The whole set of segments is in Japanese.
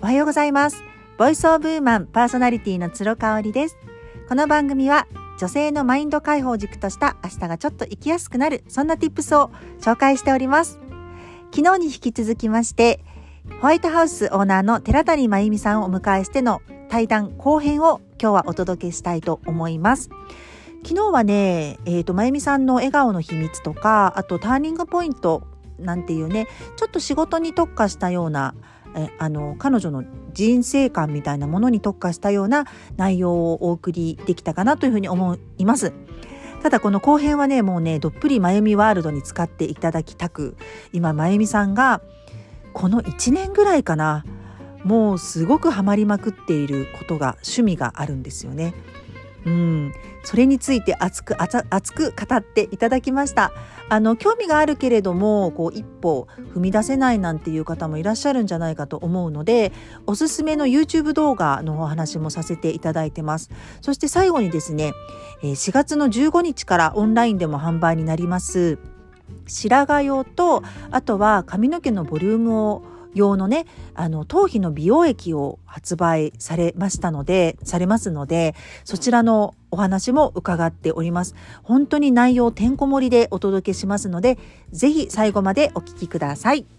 はようございます。ボイスオブウーマンパーソナリティの鶴香織です。この番組は女性のマインド解放軸とした明日がちょっと生きやすくなる、そんな tips を紹介しております。昨日に引き続きましてホワイトハウスオーナーの寺谷真由美さんをお迎えしての対談後編を今日はお届けしたいと思います。昨日はね、真由美さんの笑顔の秘密とか、あとターニングポイントなんていうね、ちょっと仕事に特化したような彼女の人生観みたいなものに特化したような内容をお送りできたかなというふうに思います。ただこの後編はね、もうねどっぷり真由美ワールドに使っていただきたく、今真由美さんがこの1年ぐらいかな、もうすごくハマりまくっていることが、趣味があるんですよね。それについて熱く語っていただきました。興味があるけれども一歩踏み出せないなんていう方もいらっしゃるんじゃないかと思うので、おすすめの YouTube 動画のお話もさせていただいてます。そして最後にですね、4月の15日からオンラインでも販売になります白髪用と、あとは髪の毛のボリュームを用のね、頭皮の美容液を発売されますので、そちらのお話も伺っております。本当に内容てんこ盛りでお届けしますので、ぜひ最後までお聞きください。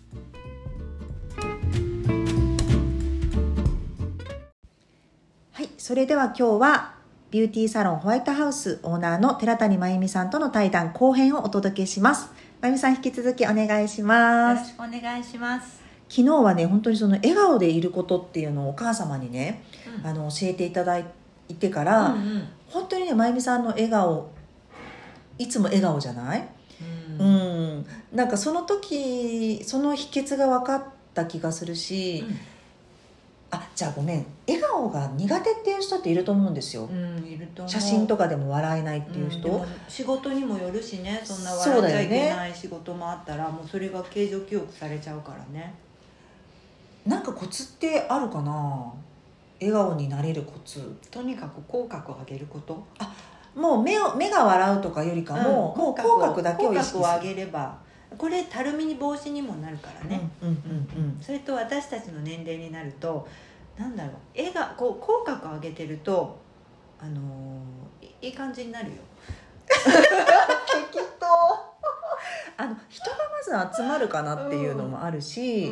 はい、それでは今日はビューティーサロンホワイトハウスオーナーの寺谷真由美さんとの対談後編をお届けします。真由美さん、引き続きお願いします。 よろしくお願いします。 昨日はね、本当にその笑顔でいることっていうのをお母様にね、教えていただいてから、本当にね、真由美さんの笑顔、いつも笑顔じゃない？なんかその時その秘訣が分かった気がするし、じゃあごめん、笑顔が苦手っていう人っていると思うんですよ。 いると思う。 写真とかでも笑えないっていう人、 でも仕事にもよるしね、そんな笑っちゃいけない仕事もあったら、もうそれが形状記憶されちゃうからね。 なんかコツってあるかな？笑顔になれるコツ。 とにかく口角を上げること。 もう目が笑うとかよりかも、もう口角だけを意識する。 口角を上げれば、これたるみに防止にもなるからね。それと私たちの年齢になると、なんだろう、口角を上げてるといい感じになるよ。 適当。人がまず集まるかなっていうのもあるし、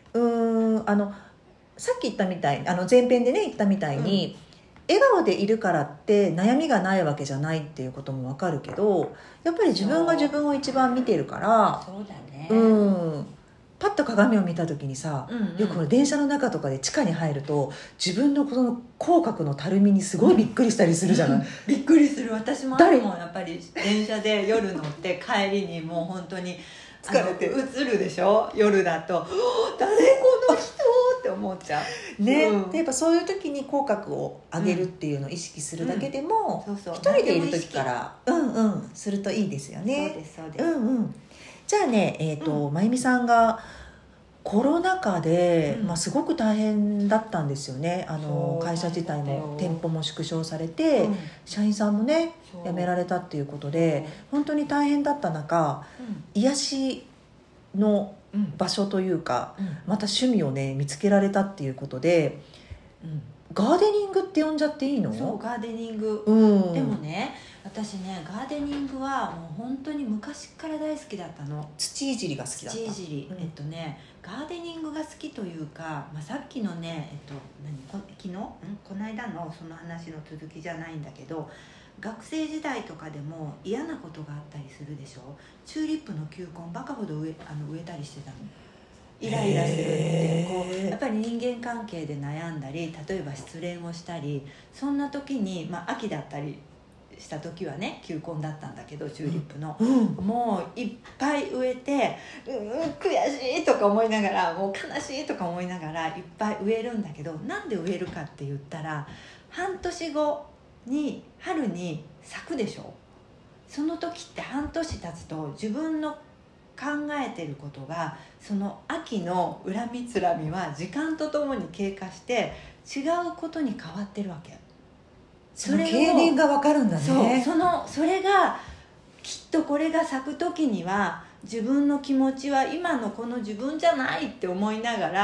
さっき言ったみたい、前編でね言ったみたいに、笑顔でいるからって悩みがないわけじゃないっていうことも分かるけど、やっぱり自分が自分を一番見てるから、 そうだね。 パッと鏡を見た時にさ、よく電車の中とかで地下に入ると自分のこの口角のたるみにすごいびっくりしたりするじゃない？ びっくりする。私もあるもん、やっぱり電車で夜乗って帰りにもう本当に疲れて映るでしょ、夜だと。誰この人って思っちゃうね。でやっぱそういう時に口角を上げるっていうのを意識するだけでも、一人でいる時からするといいですよね。 そうです。 じゃあね、真由美さんがコロナ禍で、すごく大変だったんですよね。会社自体も店舗も縮小されて、社員さんもね辞められたっていうことで、本当に大変だった中、癒しの場所というか、また趣味をね見つけられたっていうことで、ガーデニングって呼んじゃっていいの？ そう、ガーデニング、でもね、私ね、ガーデニングはもう本当に昔から大好きだったの。 土いじりが好きだった。 土いじり、ガーデニングが好きというか、さっきのね、昨日この間のその話の続きじゃないんだけど、学生時代とかでも嫌なことがあったりするでしょ。チューリップの球根バカほど植えたりしてたの。イライラするってやっぱり人間関係で悩んだり、例えば失恋をしたり、そんな時に、秋だったりした時はね、球根だったんだけど、チューリップの、もういっぱい植えて、悔しいとか思いながら、もう悲しいとか思いながらいっぱい植えるんだけど、なんで植えるかって言ったら、半年後に春に咲くでしょ。その時って半年経つと自分の考えてることが、その秋の恨みつらみは時間とともに経過して違うことに変わってるわけ。 その経年が分かるんだね。 それがきっとこれが咲く時には自分の気持ちは今のこの自分じゃないって思いながら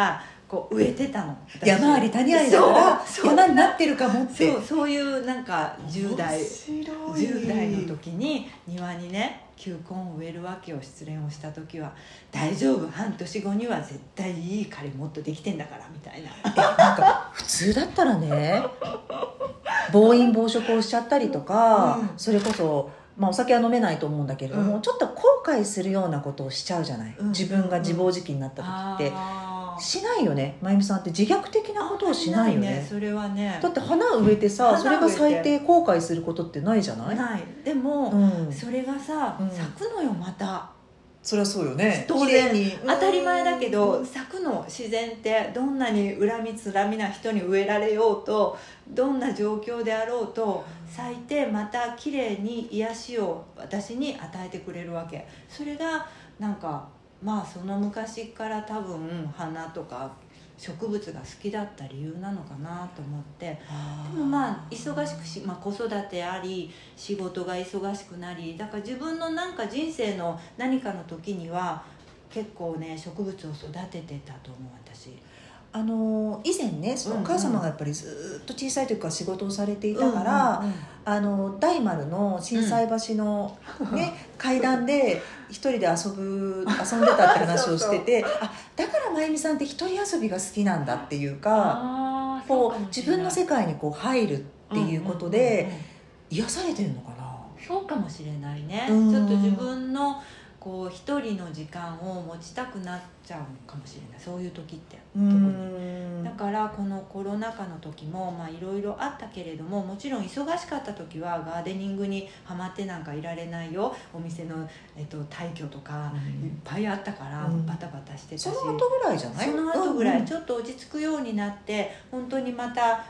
こう植えてたの。 山あり谷ありだから山になってるかもって。 そういうなんか10代の時に庭にね球根を植えるわけよ。失恋をした時は大丈夫、半年後には絶対いい彼もっとできてんだからみたいな。 なんか普通だったらね暴飲暴食をしちゃったりとか、それこそお酒は飲めないと思うんだけれども、ちょっと後悔するようなことをしちゃうじゃない、自分が自暴自棄になった時って、しないよね。まゆみさんって自虐的なことをしないよね。 それはね、 だって花を植えてさ、それが咲いて後悔することってないじゃない。 ない。でも、それがさ、咲くのよまた。 そりゃそうよね。 当然当たり前だけど、咲くの。自然ってどんなに恨みつらみな人に植えられようと、どんな状況であろうと咲いて、また綺麗に癒しを私に与えてくれるわけ。それがなんかその昔から多分花とか植物が好きだった理由なのかなと思って。でも忙しく子育てあり仕事が忙しくなり、だから自分のなんか人生の何かの時には結構ね植物を育ててたと思う私。 以前ね、そのお母様がやっぱりずっと小さい時から仕事をされていたから、大丸の心斎橋の、階段で一人で遊んでたって話をしててだからまゆみさんって一人遊びが好きなんだっていうか、こう自分の世界にこう入るっていうことで癒されてるのかな。 そうかもしれないね。ちょっと自分のこう一人の時間を持ちたくなっちゃうかもしれない、そういう時って特に。だからこのコロナ禍の時もいろいろあったけれども、もちろん忙しかった時はガーデニングにハマってなんかいられないよ。お店の、退去とかいっぱいあったからバタバタしてたし、 その後ぐらいじゃない？ その後ぐらいちょっと落ち着くようになって、本当にまた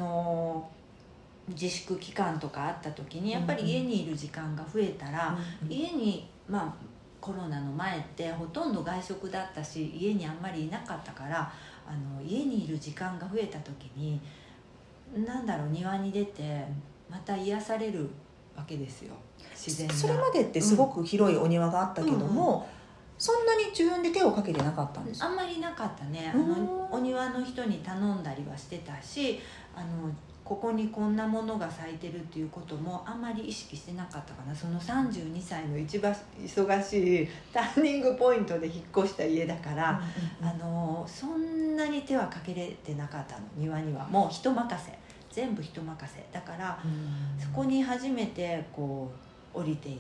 自粛期間とかあった時にやっぱり家にいる時間が増えたら、家にコロナの前ってほとんど外食だったし、家にあんまりいなかったから、家にいる時間が増えた時に庭に出てまた癒されるわけですよ、自然が。 それまでってすごく広いお庭があったけども、そんなに自分で手をかけてなかったんですか？ あんまりなかったね。お庭の人に頼んだりはしてたし、ここにこんなものが咲いてるっていうこともあんまり意識してなかったかな。その32歳の一番忙しいターニングポイントで引っ越した家だから、そんなに手はかけれてなかったの。庭にはもう人任せ、全部人任せだから、そこに初めてこう降りていって、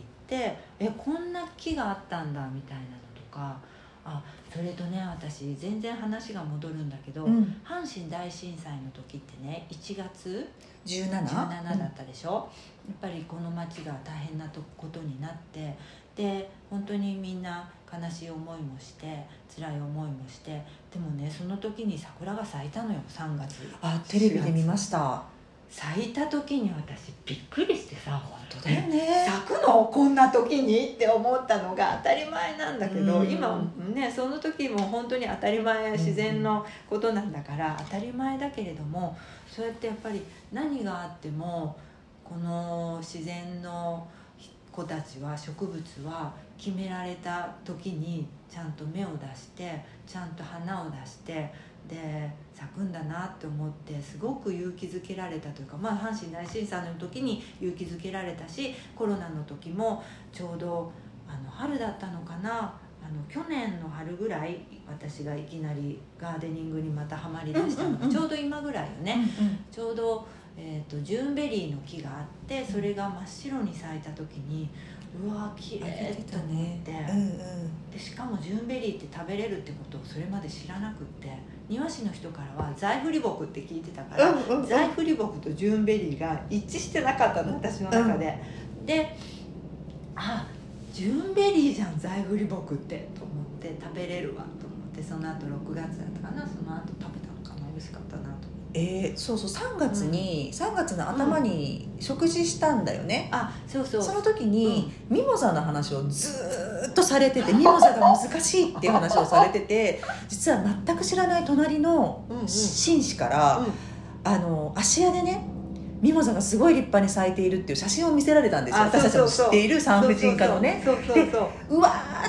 こんな木があったんだみたいなのとか。それとね、私全然話が戻るんだけど、阪神大震災の時ってね、1月17だったでしょ。やっぱりこの町が大変なことになって、で本当にみんな悲しい思いもして辛い思いもして、でもねその時に桜が咲いたのよ、3月。 テレビで見ました。 咲いた時に私びっくりしてさ、 本当だよね、 咲くのこんな時にって思ったのが当たり前なんだけど、今ねその時も本当に当たり前、自然のことなんだから当たり前だけれども、そうやってやっぱり何があってもこの自然の子たちは、植物は決められた時にちゃんと芽を出して、ちゃんと花を出してで咲くんだなって思って、すごく勇気づけられたというか、阪神大震災の時に勇気づけられたし、コロナの時もちょうど春だったのかな、去年の春ぐらい私がいきなりガーデニングにまたハマりだしたのが、ちょうど今ぐらいよね、ちょうど、ジューンベリーの木があって、それが真っ白に咲いた時に、うわ綺麗と思って、でしかもジューンベリーって食べれるってことをそれまで知らなくって、庭師の人からはザイフリ木って聞いてたから、ザイフリ木とジューンベリーが一致してなかったの、私の中で。でジューンベリーじゃんザイフリ木ってと思って、食べれるわと思って、その後6月だったかな、その後食べたのかな、美味しかったなと思って。 そう3月の頭に食事したんだよね。 そうその時に、ミモザの話をずーっとされてて、ミモザが難しいっていう話をされてて、実は全く知らない隣の紳士から、芦屋でねミモザがすごい立派に咲いているっていう写真を見せられたんですよ。私たちも知っている産婦人科のね。でうわー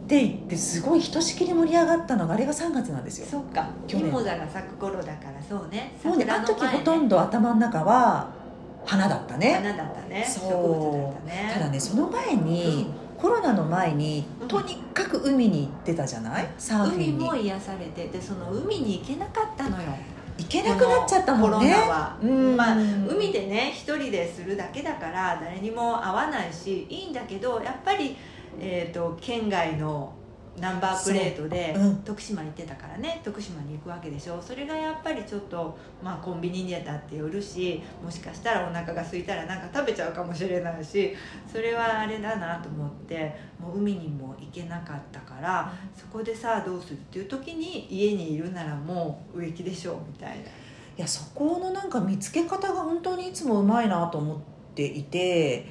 って言ってすごいひとしきり盛り上がったのがあれが3月なんですよ。 そうか、 去年ミモザが咲く頃だからそうね。 もうね、あの時桜の前ねほとんど頭の中は花だったね。 花だったね。 そう植物だったね。 ただね、その前に、コロナの前にとにかく海に行ってたじゃない、サーフィ海ンにも癒されて、でその海に行けなかったのよ。 行けなくなっちゃったもんね。 コロナは、 うんまあ海でね一人でするだけだから誰にも会わないしいいんだけど、やっぱり、県外のナンバープレートで、 そう徳島行ってたからね、徳島に行くわけでしょ。それがやっぱりちょっと、まあ、コンビニにだって寄るし、もしかしたらお腹が空いたらなんか食べちゃうかもしれないし、それはあれだなと思って、もう海にも行けなかったから、そこでさあどうするっていう時に家にいるならもう植木でしょみたいな。 いや、そこのなんか見つけ方が本当にいつもうまいなと思っていて、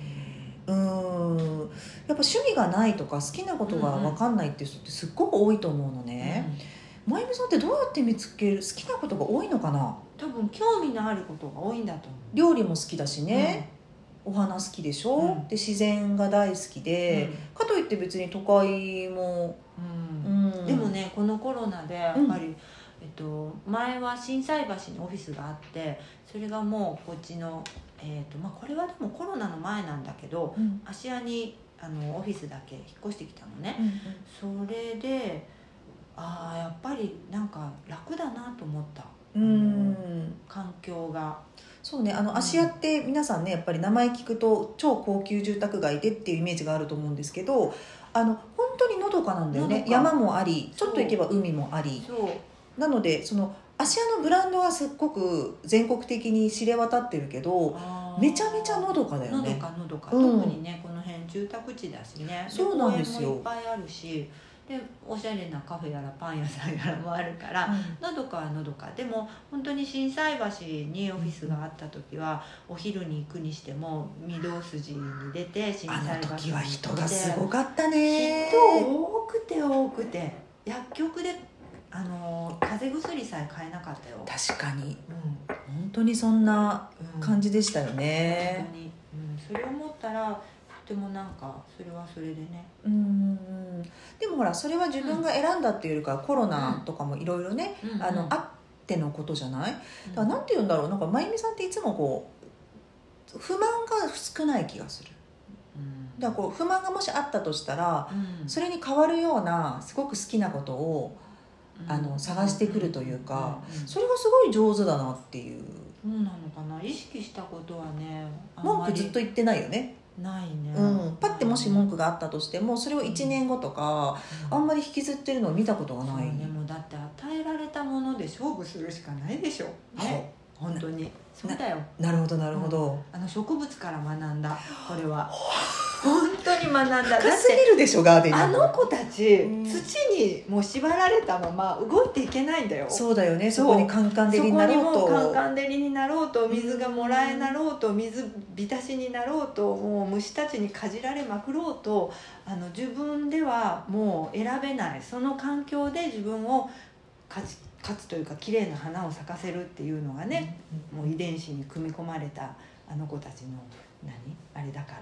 やっぱ趣味がないとか好きなことが分かんないっていう人ってすっごく多いと思うのね。まゆみさんってどうやって見つける、好きなことが多いのかな。 多分興味のあることが多いんだと思う。 料理も好きだしね、お花好きでしょ、で自然が大好きで、かといって別に都会も、 でもね、このコロナでやっぱり、前は心斎橋にオフィスがあって、それがもうこっちの、これはでもコロナの前なんだけど、芦屋にオフィスだけ引っ越してきたのね、それでやっぱりなんか楽だなと思った、環境が。 そうね、芦屋って皆さんねやっぱり名前聞くと超高級住宅街でっていうイメージがあると思うんですけど、本当にのどかなんだよね。山もあり、ちょっと行けば海もあり、なのでその芦屋のブランドはすっごく全国的に知れ渡ってるけど、めちゃめちゃのどかだよね。 のどか、特にねこの辺住宅地だしね。 そうなんですよ。 公園もいっぱいあるし、でおしゃれなカフェやらパン屋さんやらもあるから、のどかはのどか。でも本当に心斎橋にオフィスがあった時は、お昼に行くにしても御堂筋に出て心斎橋に行って、 あの時は人がすごかったね。 人多くて薬局で風邪薬さえ買えなかったよ。 確かに、本当にそんな感じでしたよね。 本当に、それを思ったらとてもなんかそれはそれでね。 でもほらそれは自分が選んだっていうよりか、コロナとかもいろいろね、あってのことじゃない。だからなんて言うんだろう、なんかまゆみさんっていつもこう不満が少ない気がする。だからこう不満がもしあったとしたら、それに変わるようなすごく好きなことを探してくるというか、それがすごい上手だなっていう。 そうなのかな。意識したことはね、 文句ずっと言ってないよね。 ないね。 パッてもし文句があったとしても、それを1年後とか、あんまり引きずってるのを見たことがない。 でもだって与えられたもので勝負するしかないでしょ。ね、本当にそうだよ。 なるほどなるほど。 植物から学んだ、これは。本当に学んだ。 深すぎるでしょガーデニング。 あの子たち、土にもう縛られたまま動いていけないんだよ。 そうだよね。そこにカンカン照りになろうと、 そこにもうカンカン照りになろうと、水がもらえなろうと、水浸しになろうと、もう虫たちにかじられまくろうと、自分ではもう選べない、その環境で自分を勝つというか綺麗な花を咲かせるっていうのがね、もう遺伝子に組み込まれたあの子たちのあれだから、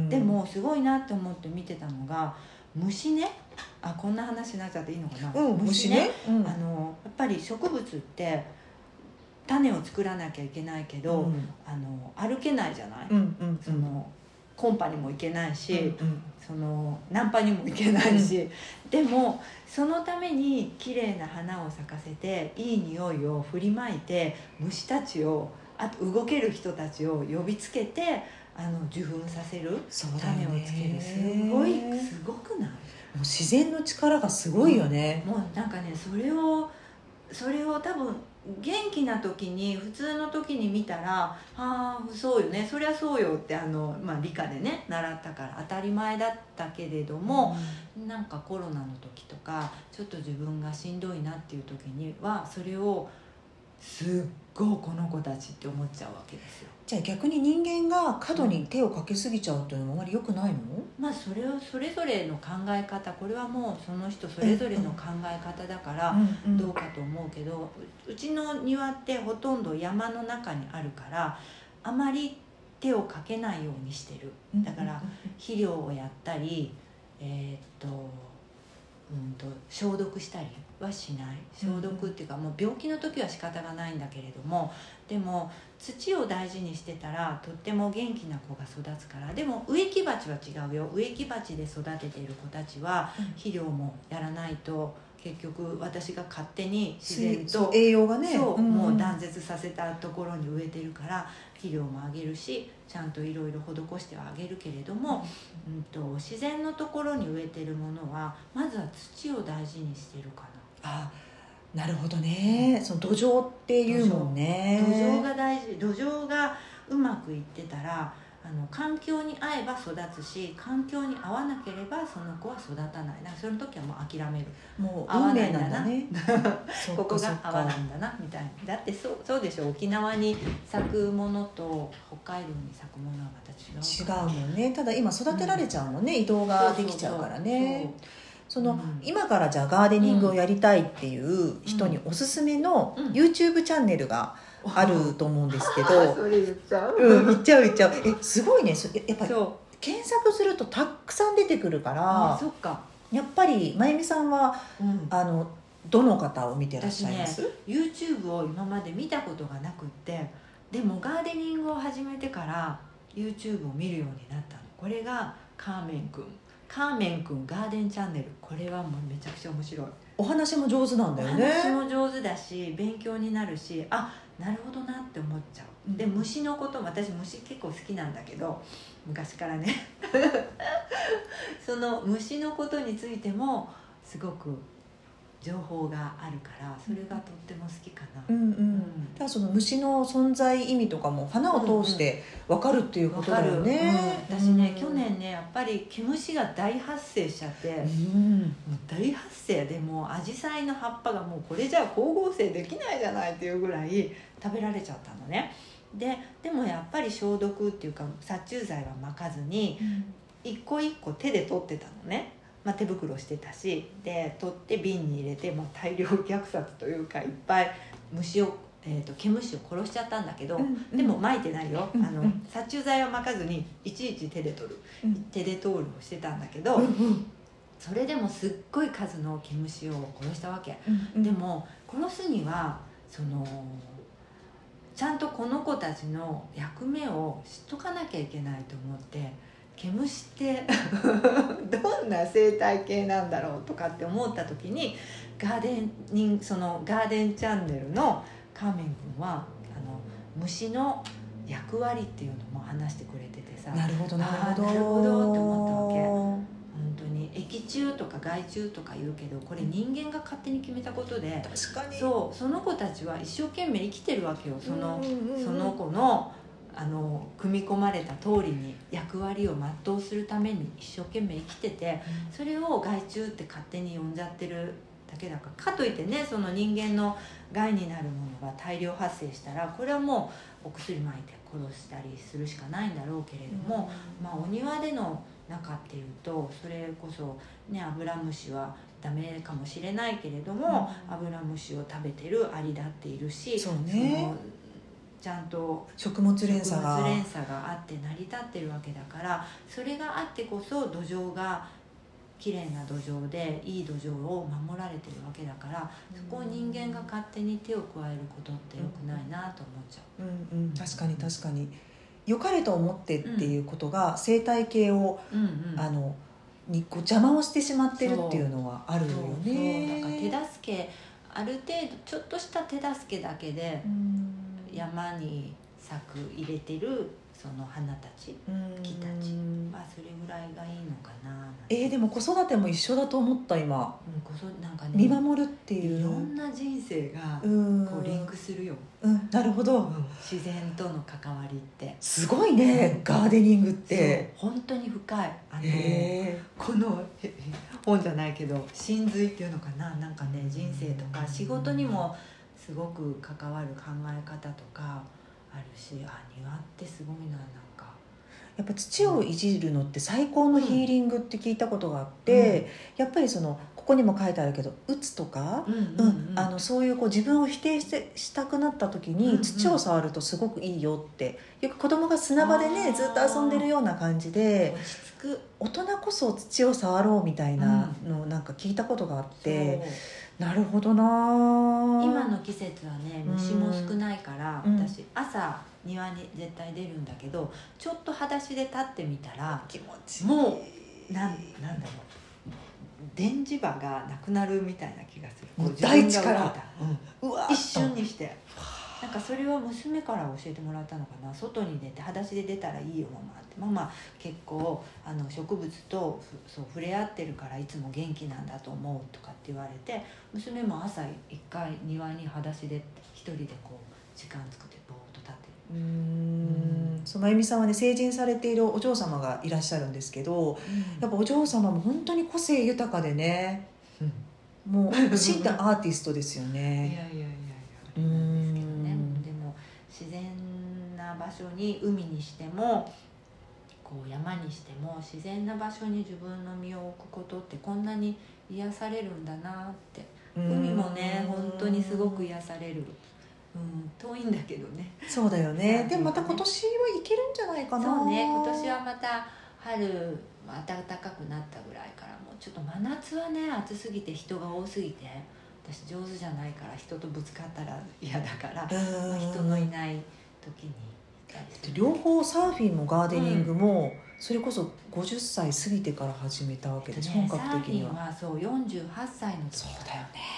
でもすごいなって思って見てたのが虫ね。こんな話になっちゃっていいのかな。虫ね、やっぱり植物って種を作らなきゃいけないけど、歩けないじゃない、そのコンパにも行けないし、そのナンパにも行けないし、でもそのために綺麗な花を咲かせていい匂いを振りまいて、虫たちを、あと動ける人たちを呼びつけて受粉させる、種をつける。すごくない？もう自然の力がすごいよね。 もうなんかね、それを多分元気な時に、普通の時に見たら、そうよね、そりゃそうよって理科でね習ったから当たり前だったけれども、なんかコロナの時とかちょっと自分がしんどいなっていう時には、それをすっごいこの子たちって思っちゃうわけですよ。 じゃあ逆に人間が過度に手をかけすぎちゃうというのもあまり良くないの？ それをそれぞれの考え方、これはもうその人それぞれの考え方だからどうかと思うけど、うちの庭ってほとんど山の中にあるから、あまり手をかけないようにしてる。だから肥料をやったり、 消毒したりはしない。消毒っていうか、もう病気の時は仕方がないんだけれども、でも土を大事にしてたらとっても元気な子が育つから。でも植木鉢は違うよ。植木鉢で育てている子たちは肥料もやらないと、結局私が勝手に自然と栄養がね、 そう、もう断絶させたところに植えてるから、肥料もあげるし、ちゃんといろいろ施してはあげるけれども、自然のところに植えてるものはまずは土を大事にしてるかな。 なるほどね。その土壌っていうもんね。 土壌が大事。土壌がうまくいってたら、環境に合えば育つし、環境に合わなければその子は育たない。だからその時はもう諦める。 もう運命なんだね。 ここが合わないんだなみたいな。だってそうでしょ。沖縄に咲くものと北海道に咲くものはまた違う。 違うもんね。ただ今育てられちゃうもんね、移動ができちゃうからね。今からじゃあガーデニングをやりたいっていう人におすすめの YouTube チャンネルがあると思うんですけど、 それ言っちゃう？ 言っちゃう。すごいね。やっぱり検索するとたくさん出てくるから、 そっか。 やっぱりまゆみさんは、どの方を見てらっしゃいます？ 私ね、YouTube を今まで見たことがなくって、でもガーデニングを始めてから YouTube を見るようになったの。これがカーメンくんガーデンチャンネル。これはもうめちゃくちゃ面白い。 お話も上手なんだよね。 お話も上手だし、勉強になるし、なるほどなって思っちゃう。で、虫のことも、私虫結構好きなんだけど、昔からねその虫のことについてもすごく情報があるから、それがとっても好きかな。 だからその虫の存在意味とかも花を通して分かるっていうことだよね。 私ね、去年ね、やっぱり毛虫が大発生しちゃって、もう大発生で、もうアジサイの葉っぱがもうこれじゃあ光合成できないじゃないっていうぐらい食べられちゃったのね。でもやっぱり消毒っていうか殺虫剤はまかずに、一個一個手で取ってたのね。手袋してたし、で取って瓶に入れて、大量虐殺というか、いっぱい虫を、毛虫を殺しちゃったんだけど、でも撒いてないよ。殺虫剤は撒かずにいちいち手で取る、手で通るをしてたんだけど、それでもすっごい数の毛虫を殺したわけ。でも殺すにはちゃんとこの子たちの役目を知っとかなきゃいけないと思って、毛虫ってどんな生態系なんだろうとかって思った時に、ガーデンチャンネルのカーメン君は虫の役割っていうのも話してくれててさ、 なるほどって思ったわけ。本当に益虫とか害虫とか言うけど、これ人間が勝手に決めたことで、 確かにその子たちは一生懸命生きてるわけよ。その子の組み込まれた通りに役割を全うするために一生懸命生きてて、それを害虫って勝手に呼んじゃってるだけだから。かといってね、その人間の害になるものが大量発生したら、これはもうお薬撒いて殺したりするしかないんだろうけれども、お庭での中っていうと、それこそね、アブラムシはダメかもしれないけれども、アブラムシを食べてるアリだっているし、 そうね、 ちゃんと食物連鎖があって成り立ってるわけだから、それがあってこそ土壌がきれいな土壌でいい土壌を守られてるわけだから、そこを人間が勝手に手を加えることって良くないなと思っちゃう。 確かに良かれと思ってっていうことが生態系を、に邪魔をしてしまってるっていうのはあるよね。 そうだから手助け、ある程度ちょっとした手助けだけで、山に咲く入れてるその花たち、木たちはそれぐらいがいいのかな。 でも子育ても一緒だと思った今。 なんかね、 見守るっていういろんな人生がこうリンクするよ。 なるほど、 自然との関わりってすごいね、ガーデニングって本当に深い。この本じゃないけど真髄っていうのかな、なんかね、人生とか仕事にもすごく関わる考え方とかあるし、庭ってすごいな。なんかやっぱ土をいじるのって最高のヒーリングって聞いたことがあって、やっぱりそのこにも書いてあるけどうつとか、そういう自分を否定したくなった時に土を触るとすごくいいよって、よく子供が砂場でねずっと遊んでるような感じで、 落ち着く、 大人こそ土を触ろうみたいなのをなんか聞いたことがあって、なるほどな。 今の季節はね虫も少ないから、私朝庭に絶対出るんだけど、ちょっと裸足で立ってみたら気持ちいい。 もうなんだろう、電磁場がなくなるみたいな気がする。 もう大地から、 うわ一瞬にして、なんかそれは娘から教えてもらったのかな。外に出て裸足で出たらいいよママって、ママ結構植物と触れ合ってるからいつも元気なんだと思うとかって言われて、娘も朝一回庭に裸足で一人で時間作ってぼーっと立ってる。 まゆみさんはね成人されているお嬢様がいらっしゃるんですけど、やっぱお嬢様も本当に個性豊かでね、もう真のアーティストですよね。 いやでも自然な場所に、海にしても山にしても自然な場所に自分の身を置くことってこんなに癒されるんだなって。海もね本当にすごく癒される。遠いんだけどね。 そうだよね。でもまた今年は行けるんじゃないかな。 そうね、今年はまた春暖かくなったぐらいから、もうちょっと真夏はね暑すぎて人が多すぎて、私上手じゃないから人とぶつかったら嫌だから、人のいない時に両方サーフィンもガーデニングも、それこそ50歳過ぎてから始めたわけです、本格的には。 サーフィンはそう48歳の時。 そうだよね。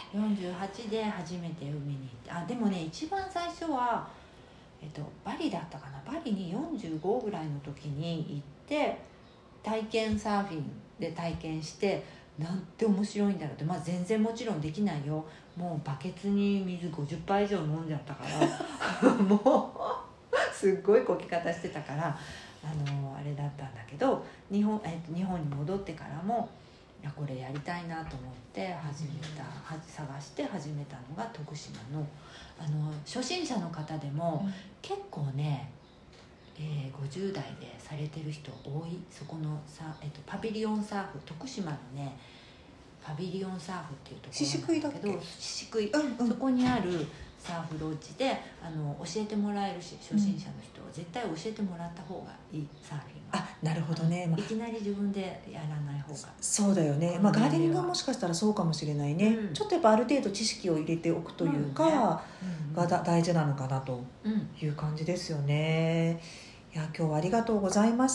48で初めて海に行って、でもね一番最初は、バリだったかな。バリに45ぐらいの時に行って体験サーフィンで体験して、なんて面白いんだろうって、全然もちろんできないよ。もうバケツに水50杯以上飲んじゃったからもうすっごいこき方してたからあれだったんだけど、日本に戻ってからもこれやりたいなと思って探して始めたのが徳島の初心者の方でも、結構ね、50代でされてる人多い。そこのパビリオンサーフ、徳島のねパビリオンサーフっていうところなんだけど、宍喰、そこにあるサーフロッジで教えてもらえるし、初心者の人は絶対教えてもらった方がいい、サーフィンは。 なるほどね。 いきなり自分でやらない方が。 そうだよね。ガーデニングはもしかしたらそうかもしれないね。ちょっとやっぱある程度知識を入れておくというか、が大事なのかなという感じですよね。いや今日はありがとうございました。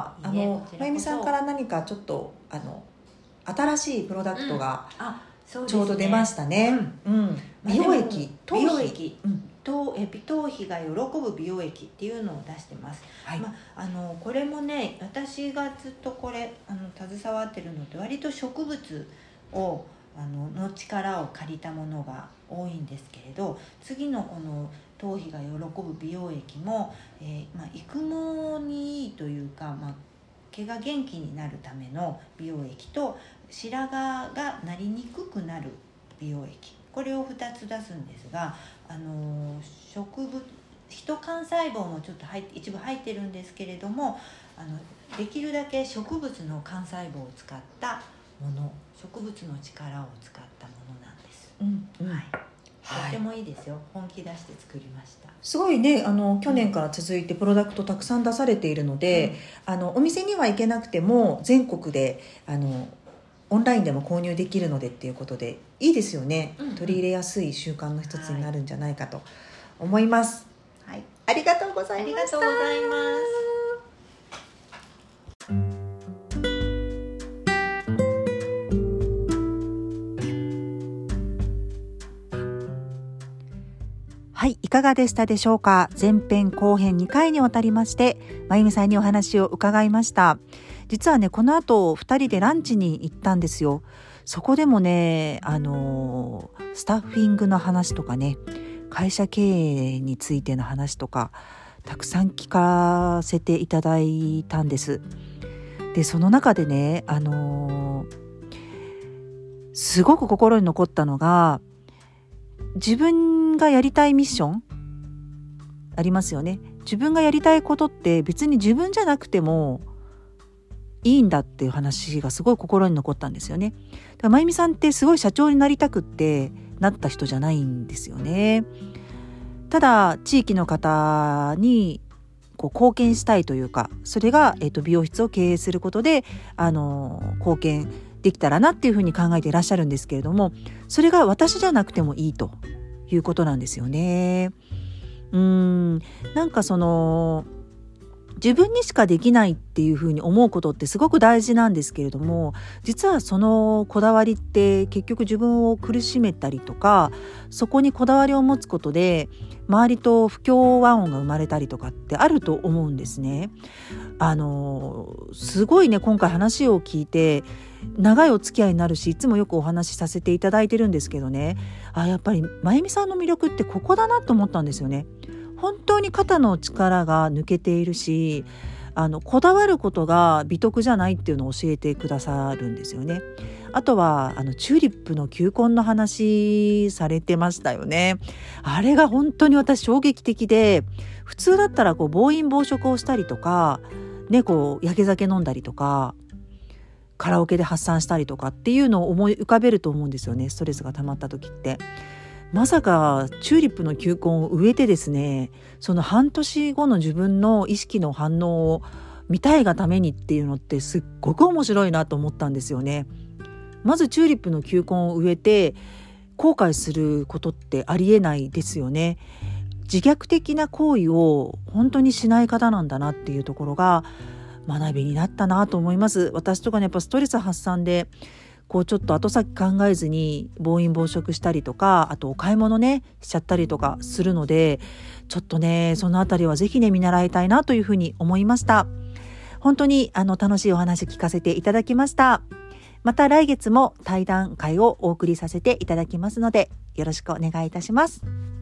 まゆみさんから何かちょっと新しいプロダクトがちょうど出ましたね。美容液、 美容液、頭皮が喜ぶ美容液っていうのを出してます。これもね、私がずっとこれ携わってるのって割と植物をの力を借りたものが多いんですけれど、次のこの頭皮が喜ぶ美容液も、育毛にいいというか、毛が元気になるための美容液と白髪がなりにくくなる美容液、これを2つ出すんですが、人幹細胞もちょっと一部入ってるんですけれども、できるだけ植物の幹細胞を使ったもの、植物の力を使ったものなんです。とてもいいですよ。本気出して作りました。 すごいね、去年から続いてプロダクトたくさん出されているので、お店には行けなくても全国でオンラインでも購入できるのでっていうことでいいですよね。取り入れやすい習慣の一つになるんじゃないかと思います。ありがとうございました。 ありがとうございます。 いかがでしたでしょうか。前編後編2回にわたりましてまゆみさんにお話を伺いました。実はね、この後2人でランチに行ったんですよ。そこでもね、スタッフィングの話とかね、会社経営についての話とかたくさん聞かせていただいたんです。でその中でね、すごく心に残ったのが、自分がやりたいミッションありますよね。自分がやりたいことって別に自分じゃなくてもいいんだっていう話がすごい心に残ったんですよね。だからまゆみさんってすごい社長になりたくってなった人じゃないんですよね。ただ地域の方に貢献したいというか、それが、美容室を経営することで貢献できたらなっていうふうに考えていらっしゃるんですけれども、それが私じゃなくてもいいということなんですよね。なんか自分にしかできないっていうふうに思うことってすごく大事なんですけれども、実はそのこだわりって結局自分を苦しめたりとか、そこにこだわりを持つことで周りと不協和音が生まれたりとかってあると思うんですね。すごいね、今回話を聞いて長いお付き合いになるし、いつもよくお話しさせていただいてるんですけどね、やっぱりまゆみさんの魅力ってここだなと思ったんですよね。本当に肩の力が抜けているし、こだわることが美徳じゃないっていうのを教えてくださるんですよね。あとはチューリップの球根の話されてましたよね。あれが本当に私衝撃的で、普通だったら暴飲暴食をしたりとかね、やけ酒飲んだりとかカラオケで発散したりとかっていうのを思い浮かべると思うんですよね、ストレスが溜まった時って。まさかチューリップの球根を植えてですね、その半年後の自分の意識の反応を見たいがためにっていうのってすっごく面白いなと思ったんですよね。まずチューリップの球根を植えて後悔することってありえないですよね。自虐的な行為を本当にしない方なんだなっていうところが学びになったなと思います。私とかね、やっぱストレス発散でちょっと後先考えずに暴飲暴食したりとか、あとお買い物ねしちゃったりとかするので、ちょっとねそのあたりはぜひね見習いたいなというふうに思いました。本当に楽しいお話聞かせていただきました。また来月も対談会をお送りさせていただきますので、よろしくお願いいたします。